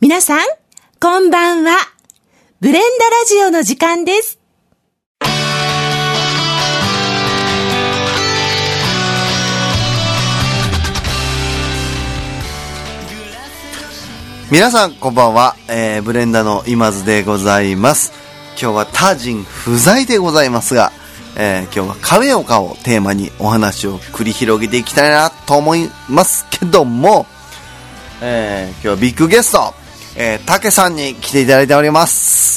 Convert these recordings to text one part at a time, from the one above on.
皆さん、こんばんは。ブレンダラジオの時間です。 皆さんこんばんは、ブレンダの今津でございます。今日は他人不在でございますが、今日は亀岡をテーマにお話を繰り広げていきたいなと思いますけども、今日はビッグゲスト、竹さんに来ていただいております。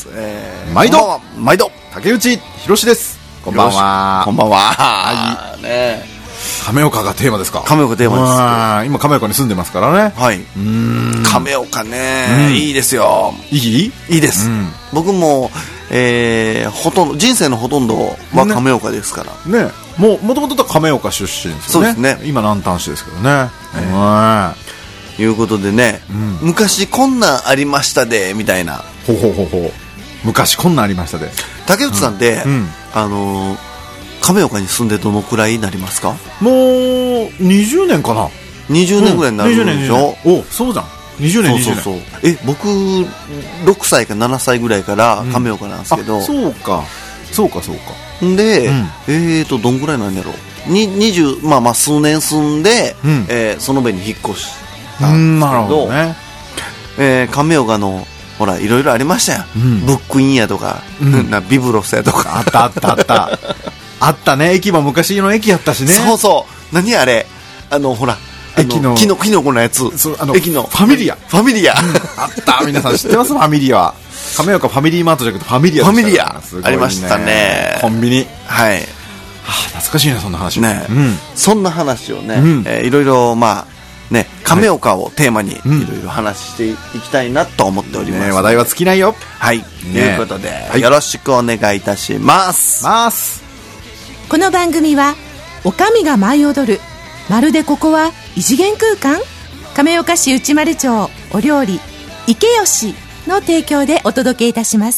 毎度竹内博です。 こんばんは。こんばんは。 はい。 ね、 亀岡がテーマですか。 亀岡テーマです。 今亀岡に住んでますからね。 はい。亀岡ね、いいですよ。 いいです。僕も、ほとんど人生のほとんどは亀岡ですから。 ね。もともと亀岡出身ですよね。 そうですね。 今南丹市ですけどね。 いうことでね、昔こんなんありましたでみたいな。 昔こんなんありましたで。 竹内さんで、亀岡に住んでどのくらいになりますか？ もう20年かな。 20年ぐらいになるんでしょ。 お、そうじゃん。20年。 そう僕6歳か7歳ぐらいから亀岡なんですけど、 そうかで、どんぐらいなんやろう、20まあ数年住んで、その辺に引っ越したんですけど、 なるほどね。 亀岡のほらいろいろありましたよ、ブックインやとか、ビブロスやとかあったあったね。駅も昔の駅やったしね。 そう、何あれ、ほら駅のキノコのやつ、駅のファミリア、 あった。 皆さん知ってます？ファミリア。亀岡ファミリーマートじゃなくてファミリアでしたから。 ありましたね。 コンビニ。 はい。 懐かしいなそんな話ね。そんな話をね、いろいろ亀岡をテーマにいろいろ話していきたいなと思っております。 話題は尽きないよ。 はい。ということでよろしくお願いいたします。 この番組はおかみが舞い踊る、まるでここは異次元空間、亀岡市内丸町お料理池吉の提供でお届けいたします。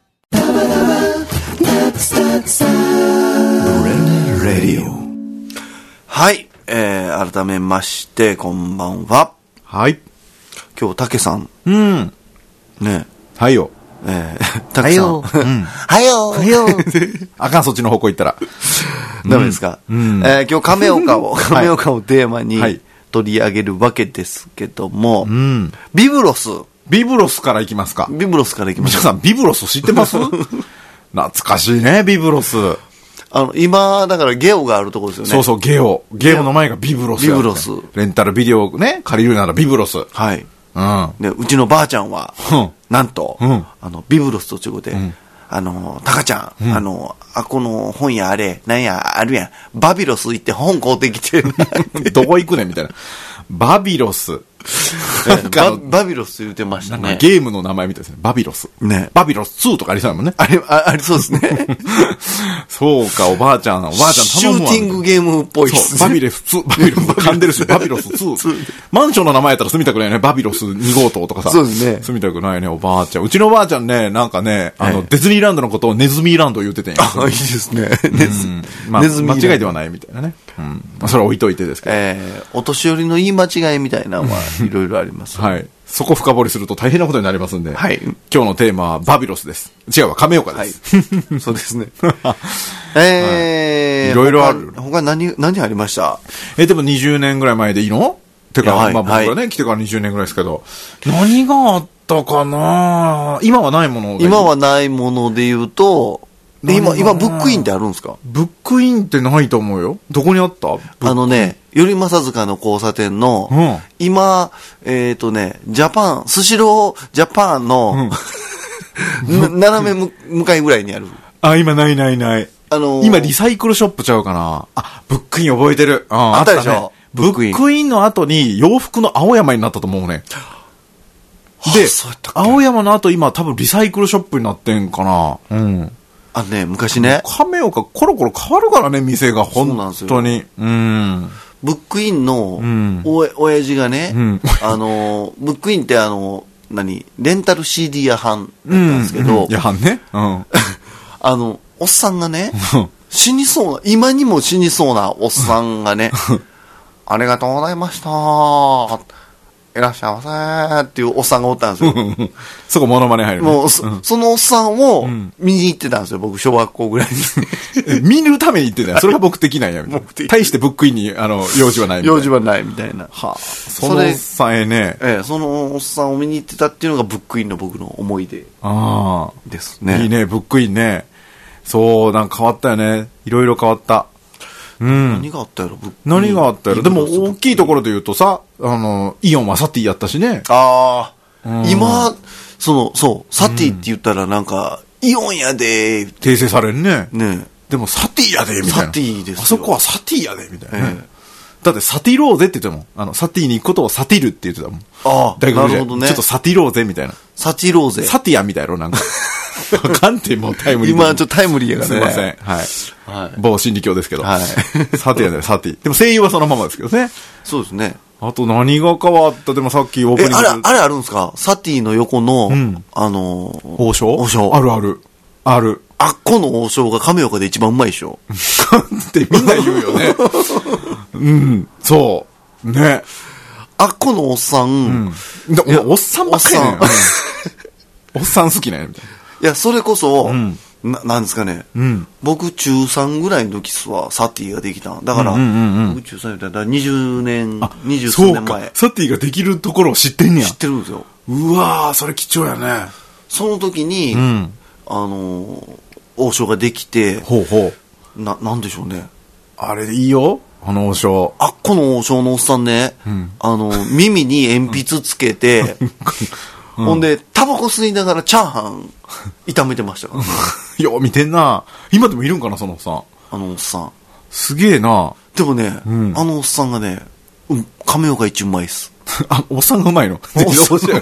はい、改めましてこんばんは。 はい。 今日竹さん、ね、 はいよ。 竹さん、はよあかん、そっちの方向行ったらダメですか。今日亀岡をテーマに取り上げるわけですけども、ビブロスから行きますか。 ビブロスから行きます。 皆さんビブロス知ってます？懐かしいね、ビブロス。 今だからゲオがあるところですよね。 そう、ゲオの前がビブロス。レンタルビデオね、借りるならビブロス。 はい。でうちのばあちゃんは、なんと、ビブロスとちゅうことで、タカちゃん、この本屋あれ、なんや、あるやん。バビロス行って本買うてきてどこ行くねんみたいな。バビロス。 バビロス言うてましたね。 ゲームの名前みたいですね。バビロス。 ね。 バビロス2とかありそうだもんね。 ありそうですね。 そうか、おばあちゃん頼むわ。 シューティングゲームっぽいっすね。 バビロス噛んでるし、バビロス2。マンションの名前やったら住みたくないね。バビロス2号棟とかさ。 そうですね。 住みたくないね、おばあちゃん。うちのおばあちゃんね、なんかね、ディズニーランドのことをネズミーランド言っててんや。 いいですね。 ネズミ間違いではないみたいなね。それは置いといてですけど。お年寄りの言い間違いみたいなのはいろいろあります。 はい。そこ深掘りすると大変なことになりますんで。 はい。 今日のテーマはバビロスです。違うわ、亀岡です。 はい。そうですね。 いろいろある。 他何ありました？ でも20年ぐらい前でいいの？てか、僕がね、来てから20年ぐらいですけど。何があったかな？今はないもの。 今はないもので言うと、今ブックインってあるんですか？ ブックインってないと思うよ。どこにあった？ 頼政塚の交差点の、今、ジャパン、スシロージャパンの、斜め向かいぐらいにある。 今ない。今リサイクルショップちゃうかな。ブックイン覚えてる。 あったでしょ？ ブックインの後に洋服の青山になったと思うね。で、青山の後今多分リサイクルショップになってんかな。 昔ね、 亀岡コロコロ変わるからね、店が。本当に。 ブックインの親父がね、ブックインってレンタル CD 屋はんだったんですけど、 屋はんね。 おっさんがね、今にも死にそうなおっさんがね、ありがとうございました。 いらっしゃいませーっていうおっさんがおったんですよ。 そこモノマネ入る、ね。 もう、そのおっさんを見に行ってたんですよ、僕、小学校ぐらいに。 見るために行ってたよ。それが目的なんや、みたいな。大してブックインに、用事はないみたいな。 用事はないみたいな。 はあ、そのおっさんね。 そのおっさんを見に行ってたっていうのがブックインの僕の思い出ですね。 いいね、ブックインね。そう、なんか変わったよね。いろいろ変わった。うん。 何があったやろ、 何があったやろ。でも、大きいところで言うとさ、イオンはサティやったしね。 ああ、今、そう、サティって言ったらなんか、イオンやでー訂正されんね。 ね。 でも、サティやでみたいな。 サティですよ。 あそこはサティやでみたいな。だって、サティローゼって言ってたもん。サティに行くことをサティルって言ってたもん。 ああ、なるほどね。 ちょっとサティローゼみたいな。 サティローゼ。 サティやみたいやろ、なんか。わかんてもうタイムリー。 今ちょっとタイムリーやからね。 すいません。はい。某心理教ですけど。 はい。 サティやね、サティ。でも声優はそのままですけどね。 そうですね。 あと何が変わった？でもさっきオープニングで。 あれあるんですか？サティの横の、 王将？ 王将。 あるある。ある。 あっこの王将が亀岡で一番うまいでしょ。 ってみんな言うよね。うん、そう。ね。 あっこのおっさん。 おっさんばっかりね。おっさん好きね。 いや、それこそ、なんですかね。僕中3ぐらいの時はサティができた。だから、僕中3だったら20年、20数年前。 サティができるところを知ってんねや。 知ってるんですよ。 うわー、それ貴重やね。 その時に、王将ができて、なんでしょうね。 あれいいよ、王将。 あっこの王将のおっさんね、耳に鉛筆つけて、ほんで、タバコ吸いながらチャーハン炒めてましたから、ね。 よう見てんな。今でもいるんかな、そのおっさん。 おっさん。 すげえな。 でもね、おっさんがね、亀岡一うまいっす。 おっさんがうまいの？ おっ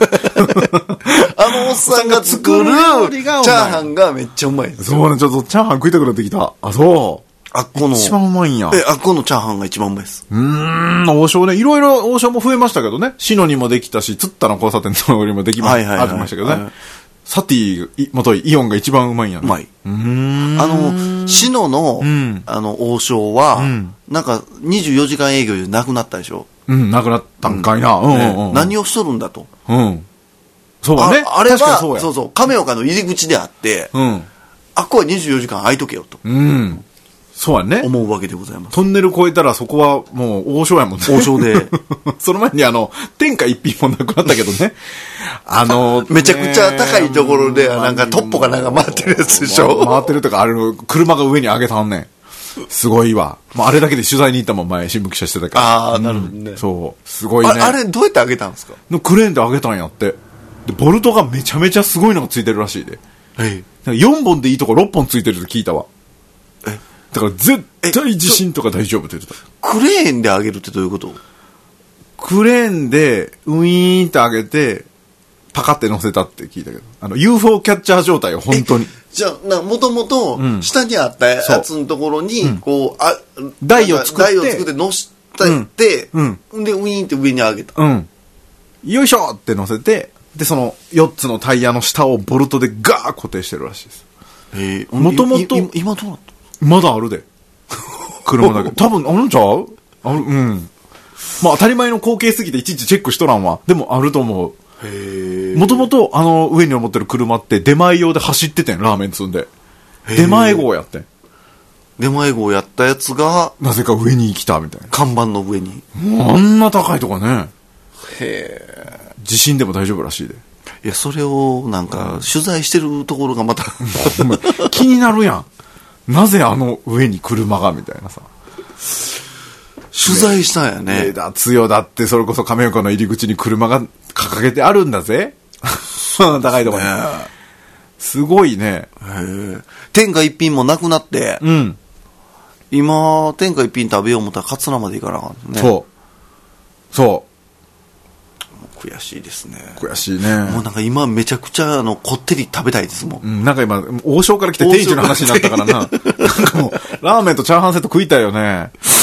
さんが作るチャーハンがめっちゃうまいです。 そうね、ちょっとチャーハン食いたくなってきた。あ、そう。 あっこの。 一番うまいんや。 あっこのチャーハンが一番うまいです。 王将ね。いろいろ王将も増えましたけどね。シノにもできたし、ツッタの交差点のにもできましたけどね。サティ、元イオンが一番うまいんやね。 うまい。シノの、王将は、なんか24時間営業でなくなったでしょ。 なくなったんかいな。 何をしとるんだと。 そうだね。 あれは、そう、亀岡の入り口であって、あっこは24時間空いとけよと。そうやね。思うわけでございます。 トンネル越えたらそこはもう王将やもんね。 王将で。 その前に天下一品もなくなったけどね。 めちゃくちゃ高いところで、なんかトッポがなんか回ってるやつでしょ。 回ってるとか、車が上に上げたんねん。すごいわ。あれだけで取材に行ったもん、前、新聞記者してたから。 ああ、なるほどね。 そう。すごいね。 あれ、どうやって上げたんですか？ クレーンで上げたんやって。で、ボルトがめちゃめちゃすごいのがついてるらしいで。4本でいいとこ6本ついてるって聞いたわ。だから絶対地震とか大丈夫って言ってた。 クレーンで上げるってどういうこと？ クレーンでウィーンって上げて、パカって乗せたって聞いたけど。UFO キャッチャー状態よ、本当に。 じゃあ、もともと、下にあったやつのところに、こう、 台を作って乗せて、で、ウィーンって上に上げた。 よいしょって乗せて、で、その4つのタイヤの下をボルトでガー固定してるらしいです。もともと、 今どうなった？ まだあるで。車だけ。多分、あるんちゃう？まあ当たり前の光景すぎていちいちチェックしとらんわ。でもあると思う。もともと上に乗ってる車って出前用で走っててん、ラーメン積んで。出前号やってん。 出前号やったやつが、 なぜか上に来たみたいな。 看板の上に。 あんな高いとこね。地震でも大丈夫らしいで。 いや、それをなんか、取材してるところがまた気になるやん。なぜ上に車がみたいなさ。 取材したんやね。 だってそれこそ亀岡の入り口に車が掲げてあるんだぜ。高いところに。すごいね。 天下一品もなくなって、今、天下一品食べよう思ったら桂まで行かなあかんね。 そう。 悔しいですね。 悔しいね。 もうなんか今めちゃくちゃこってり食べたいですもん。 なんか今、王将から来て定時の話になったからな。なんかもう、ラーメンとチャーハンセット食いたいよね。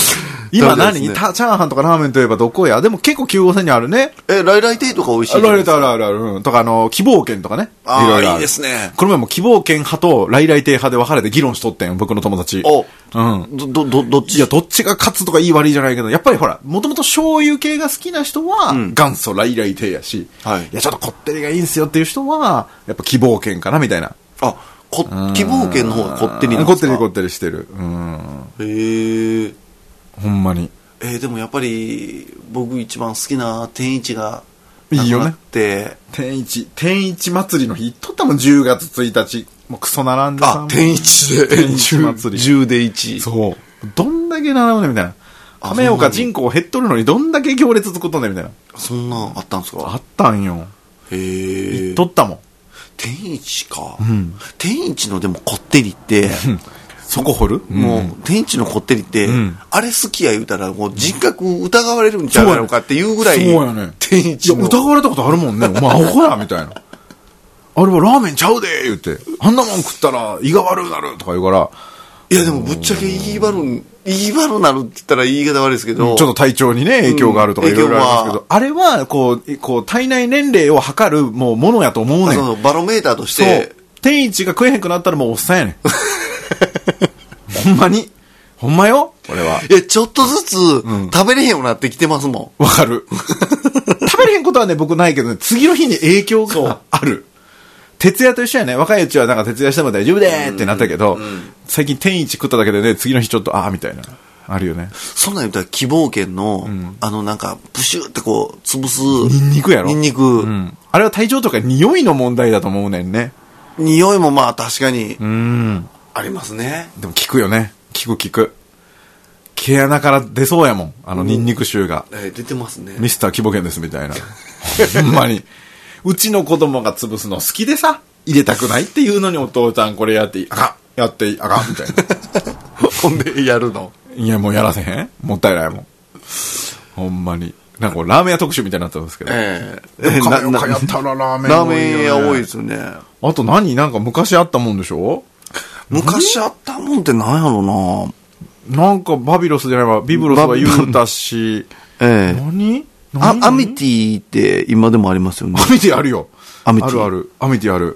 今何、チャーハンとかラーメンといえばどこや。でも結構9号線にあるね。 来来亭とか美味しい。 来来亭ある。うん。とか希望券とかね。いろいろある。 いいですね。 この前も希望券派と来来亭派で分かれて議論しとってん、僕の友達。 お、 うん。 どっち？ いや、どっちが勝つとかいい悪いじゃないけど、やっぱりほら、もともと醤油系が好きな人は、元祖来来亭やし、はい。いや、ちょっとこってりがいいんすよっていう人は、やっぱ希望券かな、みたいな。 あ、希望券の方がこってりなんですか？ こってりしてる。うん。 へえ。 ほんまに。 でもやっぱり僕一番好きな天一がいいよね。天一祭りの日行っとったもん。10月1日もうクソ並んでさ。 天一で天一祭り 10で1。 そう。どんだけ並ぶねみたいな。亀岡人口減っとるのにどんだけ行列作っとんねみたいな。 そんなんあったんですか？ あったんよ。 へえ。 行っとったもん。 天一か。うん。天一のでもこってりってそこ掘る？ もう、天一のこってりって、あれ好きや言うたら、もう人格疑われるんちゃうやろかっていうぐらい、 そうやね。 天一の。 疑われたことあるもんね。お前アホやみたいな。あれはラーメンちゃうで言って、あんなもん食ったら胃が悪くなるとか言うから。 いやでもぶっちゃけ胃悪なるって言ったら言い方悪いですけど。 ちょっと体調にね、影響があるとかいろいろありますけど、あれは、こう、体内年齢を測るものやと思うねん。 そう、バロメーターとして。 そう。天一が食えへんくなったらもうおっさんやねん。ほんまに。ほんまよこれは。 いや、ちょっとずつ、食べれへんようになってきてますもん。わかる。食べれへんことはね、僕ないけどね、次の日に影響がある。徹夜と一緒やね。若いうちはなんか徹夜しても大丈夫でーってなったけど、最近天一食っただけでね、次の日ちょっと、みたいな。あるよね。 そんなん言ったら希望券の、なんか、プシューってこう、潰す。 ニンニクやろ？ ニンニク。 あれは体調とか匂いの問題だと思うねんね。 匂いもまあ確かに。ありますね。 でも効くよね。効く。毛穴から出そうやもん。ニンニク臭が。 出てますね。 ミスター希望券ですみたいな。ほんまに。うちの子供が潰すの好きでさ、入れたくないっていうのにお父さんこれやっていい、あかん、やっていい、あかんみたいな。 ほんでやるの？ いやもうやらせへん？もったいないもん。ほんまに。なんかこうラーメン屋特集みたいになってますけど。亀岡やったらラーメンラーメン屋多いですよね。 あとなんか昔あったもんでしょ？ 昔あったもんってなんやろな。 なんかバビロスじゃないわ、ビブロスは言うたし。何？ アミティって今でもありますよね。 アミティあるよ。 アミティ。 ある。アミティある。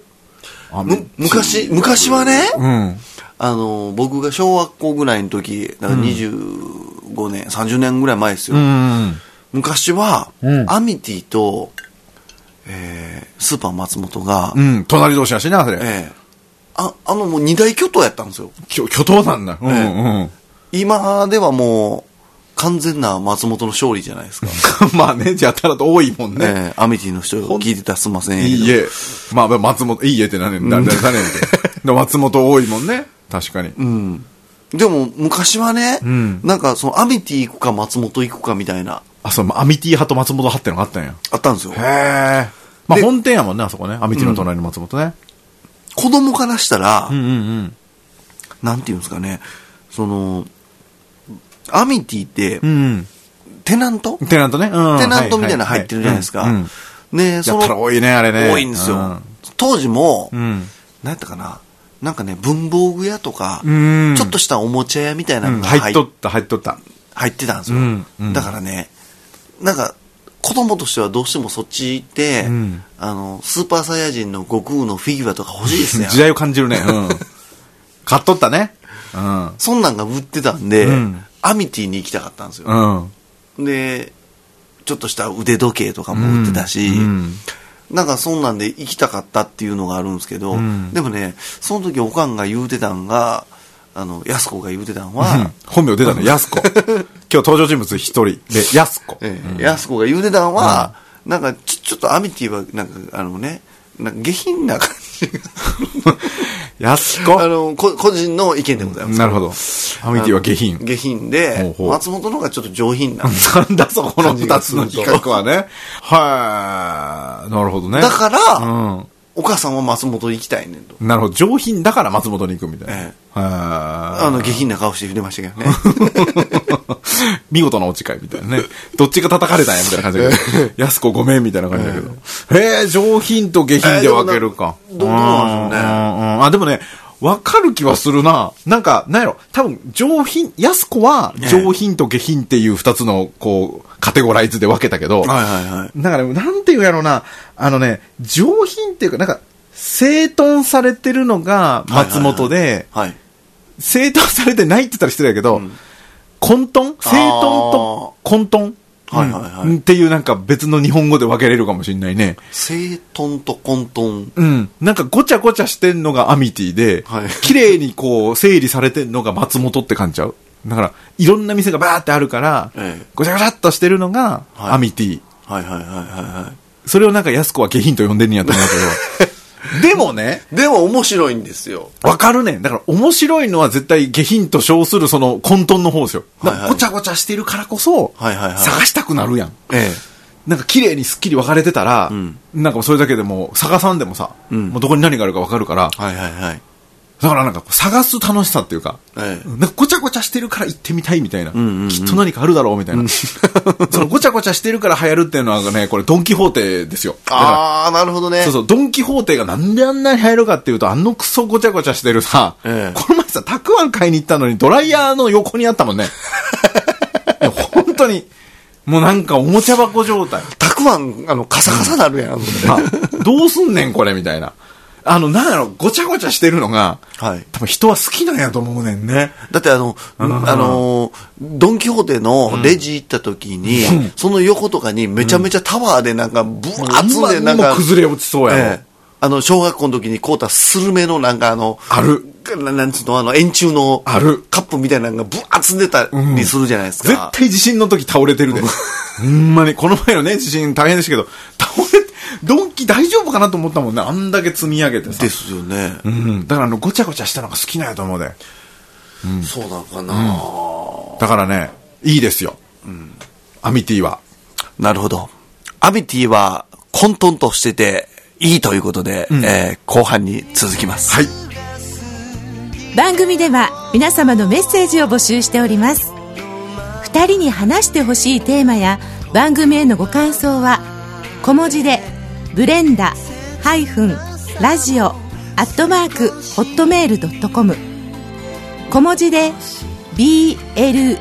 昔はね、僕が小学校ぐらいの時、だから25年、30年ぐらい前ですよ。昔は、アミティと、スーパー松本が、 隣同士やしな、それ。 もう二大巨頭やったんですよ。 巨頭なんだ。 今ではもう、完全な松本の勝利じゃないですか。 まあね、じゃあたらと多いもんね。 アミティの人聞いてたらすいません。 いいえ。まあ、松本、いいえって何ねんって。松本多いもんね。確かに。 でも、昔はね、なんかそのアミティ行くか松本行くかみたいな。 そう、アミティ派と松本派ってのがあったんや。 あったんですよ。 へえ。まあ本店やもんね、あそこね。アミティの隣の松本ね。 子供からしたら、なんていうんですかね、アミティって、テナントね。テナントみたいなの入ってるじゃないですか。 ね、やったら多いね、あれね。 多いんですよ。当時も、何やったかな、なんかね、文房具屋とか、ちょっとしたおもちゃ屋みたいなのが入っとった。 入ってたんですよ。だからね、なんか、子供としてはどうしてもそっち行って、スーパーサイヤ人の悟空のフィギュアとか欲しいですね。 時代を感じるね。買っとったね。 そんなんが売ってたんで、アミティに行きたかったんですよ。で、ちょっとした腕時計とかも売ってたし、なんかそんなんで行きたかったっていうのがあるんですけど、でもね、その時おかんが言うてたんが、やすこが言うてたんは、 本名出たね、やすこ。今日登場人物一人で、やすこ。 やすこが言うてたんは、なんかちょっとアミティは、なんかなんか下品な感じが。 やすこ。 個人の意見でございます。 なるほど。アミティは下品。 下品で、松本の方がちょっと上品な。 なんだそこの二つの比較はね。はい。なるほどね。 だから、お母さんは松本行きたいねんと。 なるほど。上品だから松本に行くみたいな。 下品な顔して言ってましたけどね。 見事なお誓いみたいなね。どっちが叩かれたんやみたいな感じだけど。やすこごめんみたいな感じだけど。上品と下品で分けるか。 どうなんでしょうね。 でもね、 わかる気はするな。なんか、なんやろ、多分、上品、安子は上品と下品っていう二つの、こう、カテゴライズで分けたけど、 はいはいはい。 だから、なんていうやろうな、上品っていうか、なんか、整頓されてるのが松本で、 はい。 整頓されてないって言ったら失礼だけど、混沌整頓と混沌はいはいはい。 っていうなんか別の日本語で分けれるかもしれないね。 整頓と混沌。 うん。なんかごちゃごちゃしてんのがアミティで、 はい、 綺麗にこう整理されてんのが松本って感じちゃう。だから、いろんな店がバーってあるから、ごちゃごちゃっとしてるのがアミティ。 はいはいはいはいはい。 それをなんか安子は下品と呼んでんやと思うけど。でもね。 でも面白いんですよ。 わかるね。だから面白いのは絶対下品と称するその混沌の方ですよ。はいはい、ごちゃごちゃしてるからこそ、はいはいはい、探したくなるやん。なんか綺麗にすっきり分かれてたら、なんかそれだけでも探さんでもさ、もうどこに何があるか分かるから、はいはいはい。だからなんか探す楽しさっていうか、なんかごちゃごちゃしてるから行ってみたいみたいな、きっと何かあるだろうみたいな。そのごちゃごちゃしてるから流行るっていうのはね、これドンキホーテですよ。 ああ、なるほどね。 そうそう、ドンキホーテがなんであんなに流行るかっていうと、クソごちゃごちゃしてるさ、この前さ、たくあん買いに行ったのにドライヤーの横にあったもんね。本当に。もうなんかおもちゃ箱状態。 たくあん、カサカサなるやん。 どうすんねんこれみたいな。なんやろ、ごちゃごちゃしてるのが、はい、多分人は好きなんやと思うねんね。 だってドンキホーテのレジ行った時に、その横とかにめちゃめちゃタワーでなんか、ブワーッでなんか、 崩れ落ちそうやろ。小学校の時に買うたスルメのなんかある。 なんつうの、円柱のカップみたいなのがブワーッ出たりするじゃないですか。 絶対地震の時倒れてるで。ほんまに、この前のね、地震大変でしたけど、ドンキ大丈夫かなと思ったもんね。あんだけ積み上げてさ。 ですよね。 だからごちゃごちゃしたのが好きなんやと思うで。 そうなのかな、 だからね、いいですよ。アミティは。 なるほど。アミティは混沌としてていいということで、後半に続きます。 はい。 番組では皆様のメッセージを募集しております。2人に話してほしいテーマや番組へのご感想は小文字でブレンダラジオ@hotmail.com 小文字で BLENDA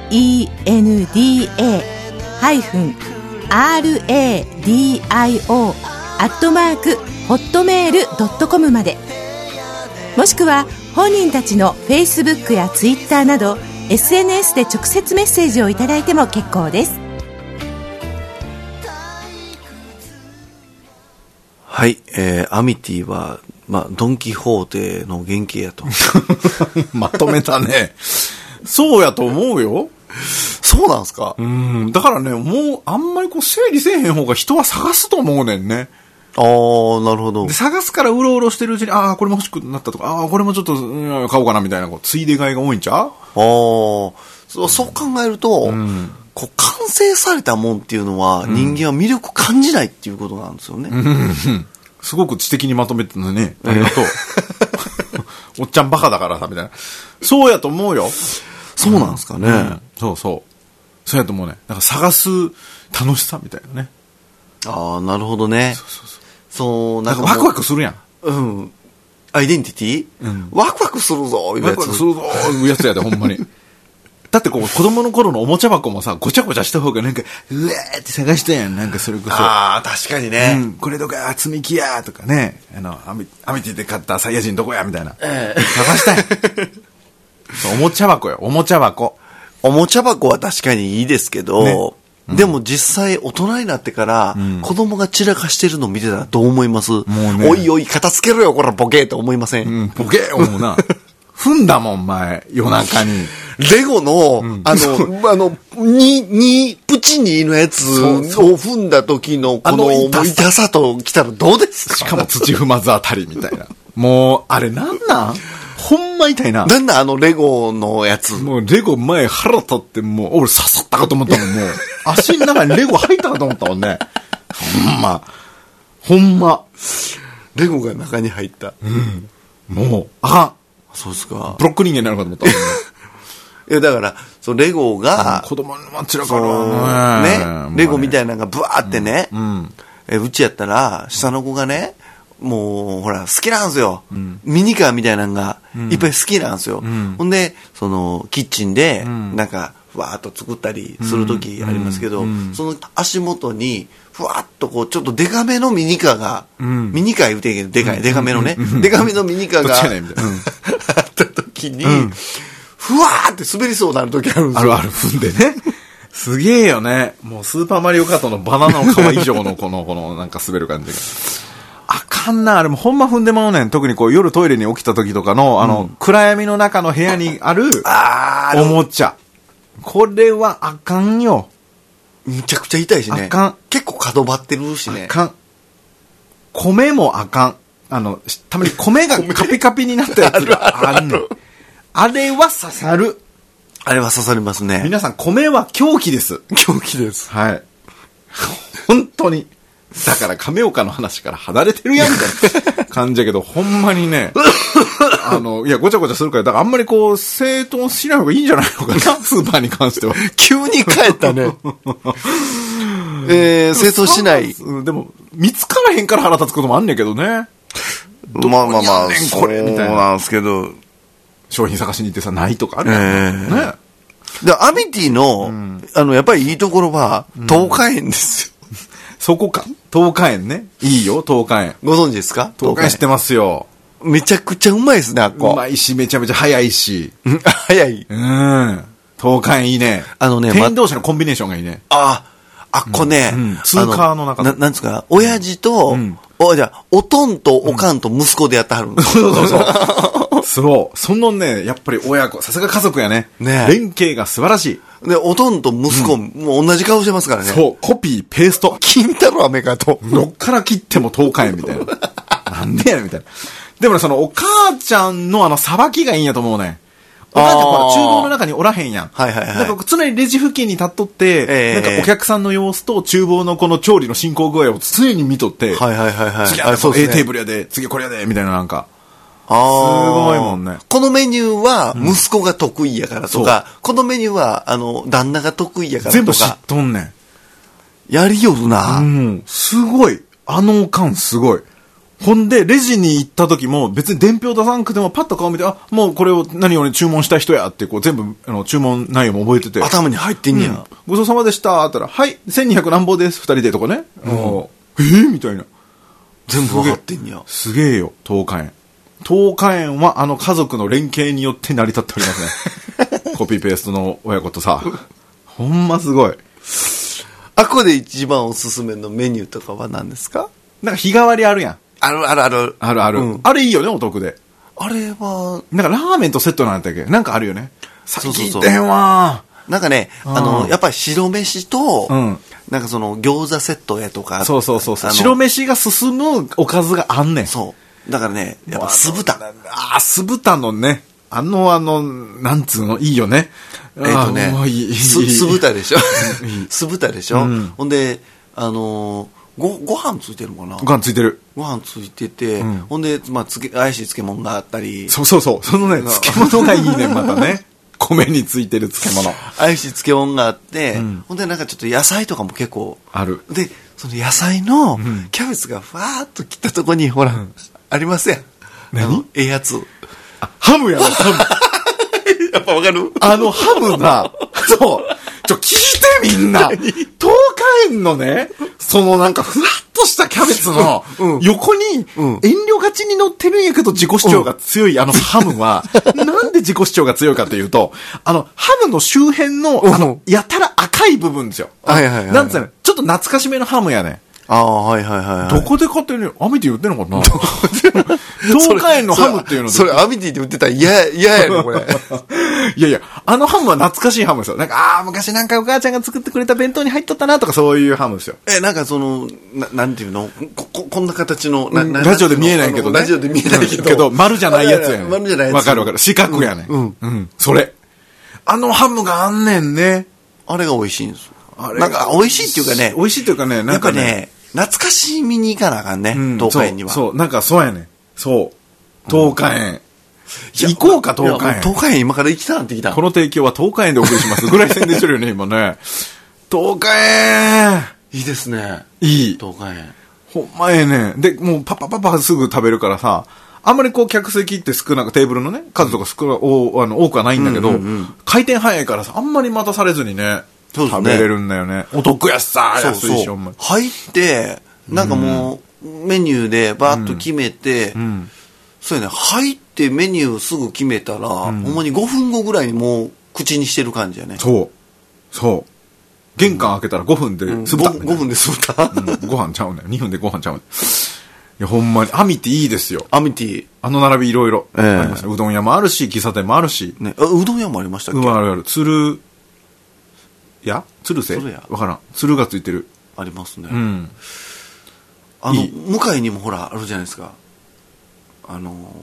RADIO@hotmail.com まで、もしくは本人たちの Facebook や Twitter など SNS で直接メッセージをいただいても結構です。 はい、アミティは、ドンキホーテの原型やと。 まとめたね。そうやと思うよ。 そうなんすか？ だからね、もう、あんまりこう、整理せえへん方が人は探すと思うねんね。 ああ、なるほど。 で、探すからうろうろしてるうちに、これも欲しくなったとか、これもちょっと、買おうかなみたいな、ついで買いが多いんちゃう？ そう考えると、こう完成されたもんっていうのは、人間は魅力感じないっていうことなんですよね。 すごく知的にまとめてるのね。ありがとう。おっちゃんバカだからさ、みたいな。そうやと思うよ。 そうなんですかね。 そうそう。そうやと思うね。なんか探す楽しさみたいなね。 ああ、なるほどね。そう、 なんかワクワクするやん。 アイデンティティ？ワクワクするぞ、いうやつ。 ワクワクするぞ、いうやつやで、ほんまに。だってこう、子供の頃のおもちゃ箱もさ、ごちゃごちゃした方がなんか、うわーって探したやん。なんかそれこそ。 ああ、確かにね。 これどこや、積み木やとかね。アミティで買ったサイヤ人どこやみたいな。探したい。おもちゃ箱よ、おもちゃ箱。 おもちゃ箱は確かにいいですけど、でも実際大人になってから、子供が散らかしてるの見てたらどう思います？おいおい、片付けろよ、これボケーって思いません？ ボケー思うな。踏んだもん、前、夜中に。 レゴの、プチ2のやつを踏んだ時の、この痛さと来たらどうですか？ しかも土踏まずあたりみたいな。もう、あれなんほんま痛いな。 なんだレゴのやつ。 もうレゴ前腹立ってもう、俺刺さったかと思ったもん、もう。足の中にレゴ入ったかと思ったもんね。ほんま。 レゴが中に入った。 もう、あかん。 そうですか。 ブロック人間になるかと思ったもんね。 いや、だから、レゴが、 子供の街だからね、レゴみたいなのがブワーってね、うちやったら、下の子がね、 もう、ほら、好きなんですよ。ミニカーみたいなのが、いっぱい好きなんですよ。ほんで、その、キッチンで、なんか、ふわーっと作ったりするときありますけど、その足元に、ふわっとこう、ちょっとデカめのミニカーが、ミニカー言うてんけど、デカめのね、デカめのミニカーが、あったときに、ふわーって滑りそうになるときあるんですよ。 ある踏んでね。すげえよね。もうスーパーマリオカートのバナナの皮以上のこのなんか滑る感じが。あかんな、あれもほんま踏んでまうねん。特にこう夜トイレに起きた時とかの、暗闇の中の部屋にある、おもちゃ。これはあかんよ。 めちゃくちゃ痛いしね。 あかん。 結構角張ってるしね。 あかん。米もあかん。たまに米がカピカピになったやつがあんねん。あれは刺さる。 あれは刺さりますね。 皆さん、米は凶器です。 狂気です。 はい。本当に。だから亀岡の話から離れてるやんみたいな感じやけど、ほんまにね、いや、ごちゃごちゃするから、だからあんまりこう、整頓しない方がいいんじゃないのかな、スーパーに関しては。 急に帰ったね。整頓しない。 でも、見つからへんから腹立つこともあんねんけどね。 まあまあまあ、 これみたいな。 そうなんですけど。 商品探しに行ってさ、ないとかあるやんね。 で、アミティの、やっぱりいいところは、10日園ですよ。 そこか。10日園ね。いいよ、10日園。 ご存知ですか ?10 日園知ってますよ。 めちゃくちゃうまいですね、あっこ。 うまいし、めちゃめちゃ早いし。 早い。 10日園いいね。店員同士のコンビネーションがいいね。 あっこね、 通貨の中で。なんですか、親父と、じゃあ、おとんとおかんと息子でやってはるんです。 そう。そのね、やっぱり親子、さすが家族やね。 ね。 連携が素晴らしい。 で、おとんと息子、もう同じ顔してますからね。 そう。コピー、ペースト。 金太郎アメカと。 どっから切っても10日円みたいな。なんでやねんみたいな。でもね、そのお母ちゃんのさばきがいいんやと思うね。お母ちゃんほら、厨房の中におらへんやん。 はいはいはい。 なんか常にレジ付近に立っとって、なんかお客さんの様子と厨房のこの調理の進行具合を常に見とって、 はいはいはいはい。 次はそう A テーブルやで、次これやで、みたいななんか。すごいもんね。 このメニューは息子が得意やからとか、このメニューは旦那が得意やからとか。 全部知っとんねん。 やりよるな。 すごい。おかんすごい。ほんで、レジに行った時も別に伝票出さんくてもパッと顔見て、もうこれを何を注文した人やってこう全部注文内容も覚えてて。 頭に入ってんねや。 ごちそうさまでしたって言ったら、はい、1200何本です、2人でとかね。みたいな。 全部分かってんねや。 すげえよ、10日園。10日園は家族の連携によって成り立っておりますね。コピーペーストの親子とさ。ほんますごい。 あこで一番おすすめのメニューとかは何ですか？ なんか日替わりあるやん。 ある。 ある。あれいいよね、お得で。 あれは、 なんかラーメンとセットなんだっけ？なんかあるよね。最近行ってへんわ。 なんかね、やっぱり白飯と、なんかその餃子セットやとか。 そう。白飯が進むおかずがあんねん。 そう。だからね、やっぱ酢豚。 酢豚のね、なんつうの、いいよね。 酢豚でしょ。酢豚でしょ。ほんで、ご飯ついてるのかな。 ご飯ついてる。 ご飯ついてて、ほんで、怪しい漬物があったり。 そう。そのね、漬物がいいね、またね。米についてる漬物。 怪しい漬物があって、ほんでなんかちょっと野菜とかも結構。 ある。 で、その野菜のキャベツがふわーっと切ったとこに、ほら、ありますやん。 何？ ええやつ。 ハムやろ、ハム。 やっぱわかる？ ハムが、そう。聞いてみんな。10日園のね、そのなんかふわっとしたキャベツの横に遠慮がちに乗ってるんやけど自己主張が強いハムは、なんで自己主張が強いかというと、ハムの周辺のやたら赤い部分ですよ。なんつうの、ちょっと懐かしめのハムやね。どこで買ってるの？アミティ売ってんのかな？10日園のハムっていうので。 それアミティで売ってたら嫌やねこれ。 いや、ハムは懐かしいハムですよ。なんか、昔なんかお母ちゃんが作ってくれた弁当に入っとったなとかそういうハムですよ。 なんかその、なんていうの？こんな形の、 ラジオで見えないけどね。 ラジオで見えないけど。 丸じゃないやつやねん。 丸じゃないやつ。 わかる。四角やねん。それ。ハムがあんねんね。 あれが美味しいんですよ。なんか美味しいっていうかね。 美味しいっていうかね、なんかね。 懐かしい見に行かなあかんね。10日園には。 そう、なんかそうやねん。そう。10日園。行こうか、10日園。 10日園今から行きたなってきた。 この提供は10日園でお送りします。ぐらい宣伝してるよね、今ね。10日園いいですね。 いい。 10日園。 ほんまええねん。で、もうパパすぐ食べるからさ、あんまりこう客席って少なく、テーブルのね、数とか多くはないんだけど、回転早いからさ、あんまり待たされずにね、食べれるんだよね。お得やしさ、安いし、ほんまに。 入って、なんかもう、メニューでバーッと決めて、そうやね、入ってメニューすぐ決めたら、ほんまに5分後ぐらいにもう口にしてる感じやね。 そう。玄関開けたら5分で酢豚。 5分で酢豚。 ご飯ちゃうねん。2分でご飯ちゃうねん。いや、ほんまに、アミティいいですよ。 アミティ。 並びいろいろ。ありました。うどん屋もあるし、喫茶店もあるし。 ね、うどん屋もありましたっけ？ ある。鶴瀬わからん。鶴がついてる。 ありますね。 向かいにもほら、あるじゃないですか。ほ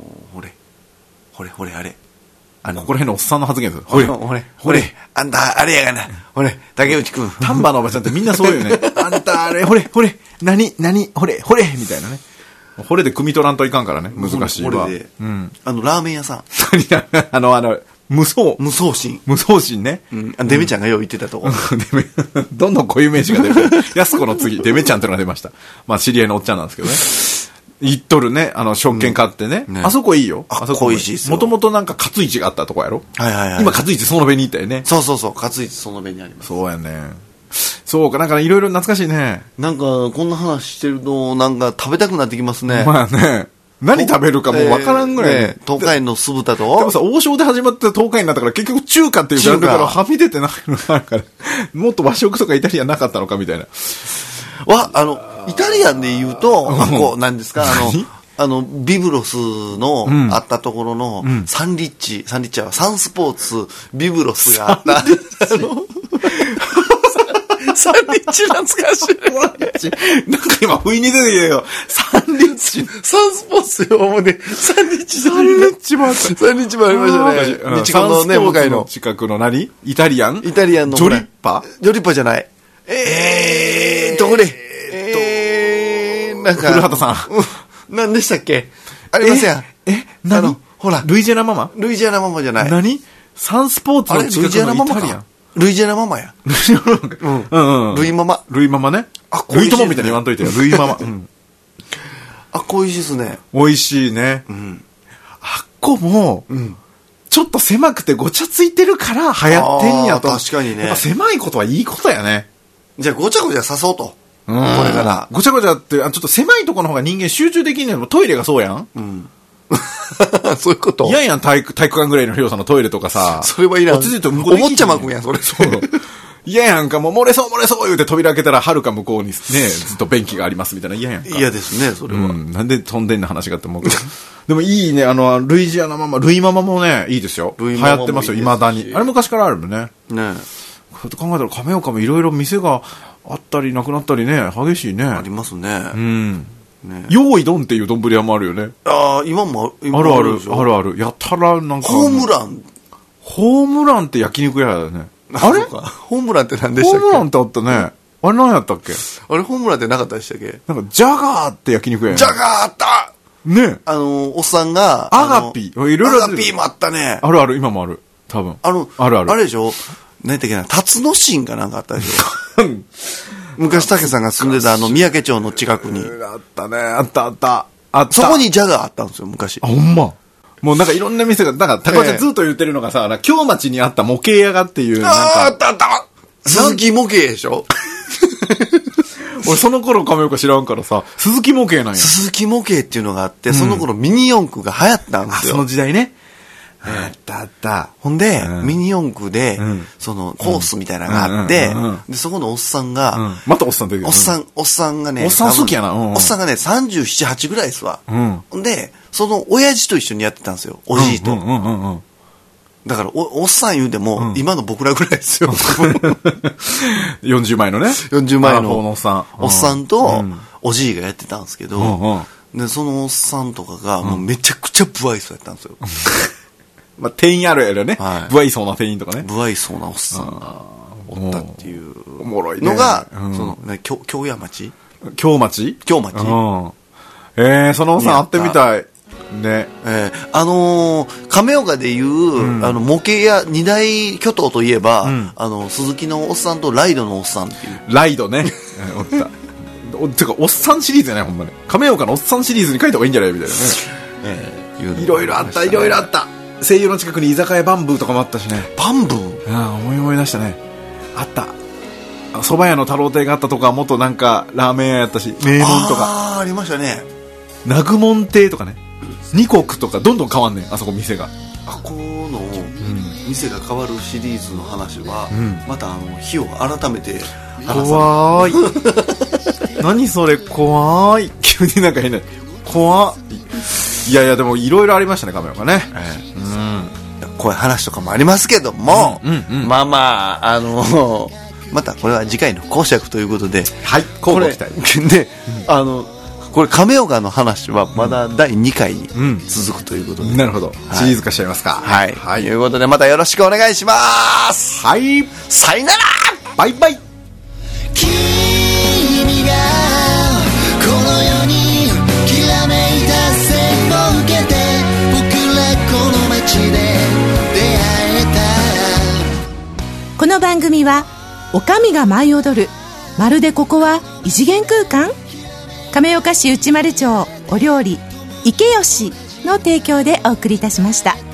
れ、あれ。 ここら辺のおっさんの発言です。 ほれ、あんた、あれやがな。ほれ、竹内くん。 丹波のおばちゃんってみんなそうよね。あんた、あれ、ほれ、何、ほれ、みたいなね。ほれで汲み取らんといかんからね。難しいわ。 ほれで。ラーメン屋さん。 無双心ね。 デメちゃんがよう言ってたとこ。 どんどん固有名詞が出る。やすこの次、デメちゃんってのが出ました。まあ、知り合いのおっちゃんなんですけどね。言っとるね、食券買ってね。あそこいいよ。 あそこ美味しいっすよ。 もともとなんか、勝市があったとこやろ？ はい。 今、勝市その辺に行ったよね。 そう、勝市その辺にあります。 そうやね。そうか、なんかいろいろ懐かしいね。 なんか、こんな話してると、なんか食べたくなってきますね。 まあね。何食べるかもう分からんぐらいね。 東海の酢豚と。 でもさ、王将で始まって東海になったから結局中華っていうジャンルからはみ出てないのがあるから、もっと和食とかイタリアンなかったのかみたいな。 イタリアンで言うと、何ですか、ビブロスのあったところのサンリッチはサンスポーツビブロスがあった。サンリッチ懐かしい。 なんか今不意に出てきたよ。サンリッチ。 サンスポーツよ、もうね。サンリッチもあった。 サンリッチもありましたね。 日本のね、向かいの。近くの何？イタリアンの。 ジョリッパじゃない。これ。なんか。 古畑さん。 何でしたっけ？ありません。 何？ ほら。 ルイジアナママじゃない。 何？サンスポーツの近くのイタリアン。 ルイジアナママや。ルイママ。 ルイママね。ルイトモみたいに言わんといてよ。ルイママ。 美味しいですね。 美味しいね。あっこも、ちょっと狭くてごちゃついてるから流行ってんやと。 確かにね。 狭いことはいいことやね。 じゃあごちゃごちゃさそうと。これから。 ごちゃごちゃって、ちょっと狭いところの方が人間集中できんねん。トイレがそうやん。 そういうこと。 嫌やん、体育館ぐらいの広さのトイレとかさ。 それはいらん。 落ち着いて向こうで。おもちゃまくんやん、それ。 そう。嫌やんか、もう漏れそう言うて扉開けたら、はるか向こうにね、ずっと便器がありますみたいな嫌やんか。 嫌ですね、それは。 なんで飛んでんの話がって思うけど。でもいいね、ルイママもね、いいですよ。流行ってますよ、未だに。あれ昔からあるもんね。 ねこうやって考えたら、亀岡もいろいろ店があったりなくなったりね、激しいね。 ありますね。 用意ドンっていう丼屋もあるよね。 今もある。やたらなんか。 ホームランって焼肉屋だよね。あれホームランって何でしたっけ？ ホームランってあったね。あれ何やったっけ？ あれホームランってなかったでしたっけ？ なんかジャガーって焼肉屋やね。 ジャガーあったね。 おっさんが、 アガピー。いろいろ。 アガピーもあったね。 ある、今もある。多分。ある。 あれでしょ？何やったっけな、辰野神かなんかあったでしょ？昔竹さんが住んでた三宅町の近くに。 あったね。あった。 そこにジャガーあったんですよ、昔。 ほんま。もうなんかいろんな店が、なんか高橋ちゃんずっと言ってるのがさ、京町にあった模型屋がっていう。 あった鈴木模型でしょ？ 俺その頃亀岡知らんからさ、鈴木模型なんや。 鈴木模型っていうのがあって、その頃ミニ四駆が流行ったんですよ。 その時代ね。あった。 ほんで、ミニ四駆で、その、コースみたいなのがあって、で、そこのおっさんが、 またおっさん出てくる。 おっさんがね、 おっさん好きやな。 おっさんがね、37、8ぐらいですわ。ほんで、その親父と一緒にやってたんですよ。おじいと。だからおっさん言うても、今の僕らぐらいですよ。 40枚のね。 40枚のおっさんと、おじいがやってたんですけど、で、そのおっさんとかが、もうめちゃくちゃ不愛想やったんですよ。 まあ、店員あるやろね。不愛想な店員とかね。 不愛想なおっさんがおったっていうおもろいのが、その、京屋町？ 京町。 そのおっさん会ってみたい。ね。 亀岡でいう、模型屋二大巨頭といえば、鈴木のおっさんとライドのおっさんっていう。 ライドね。おった。 てかおっさんシリーズやね、ほんまに亀岡のおっさんシリーズに書いた方がいいんじゃないみたいなね、いろいろあった、いろいろあった。声優の近くに居酒屋バンブーとかもあったしね。 バンブー、 思い出したね。あった。蕎麦屋の太郎亭があったとか、元なんかラーメン屋やったし、名門とかありましたね。 南雲門亭とかね、二国とかどんどん変わんねん、あそこ店が。 この店が変わるシリーズの話は、また日を改めて怖い何それ怖い、急になんか変な怖い。いやいや、でもいろいろありましたね、亀岡ね。 こういう話とかもありますけども、まあまあまたこれは次回の講釈ということで、 はい、 これで、これ亀岡の話はまだ第2回に続くということで、 なるほど、シリーズ化しちゃいますか。 はい、ということでまたよろしくお願いします。 はい、 さよなら、 バイバイ。 君がこの世にきらめいた線を受けて、僕らこの街で出会えた。この番組はおかみが舞い踊る、まるでここは異次元空間、亀岡市内丸町お料理池吉の提供でお送りいたしました。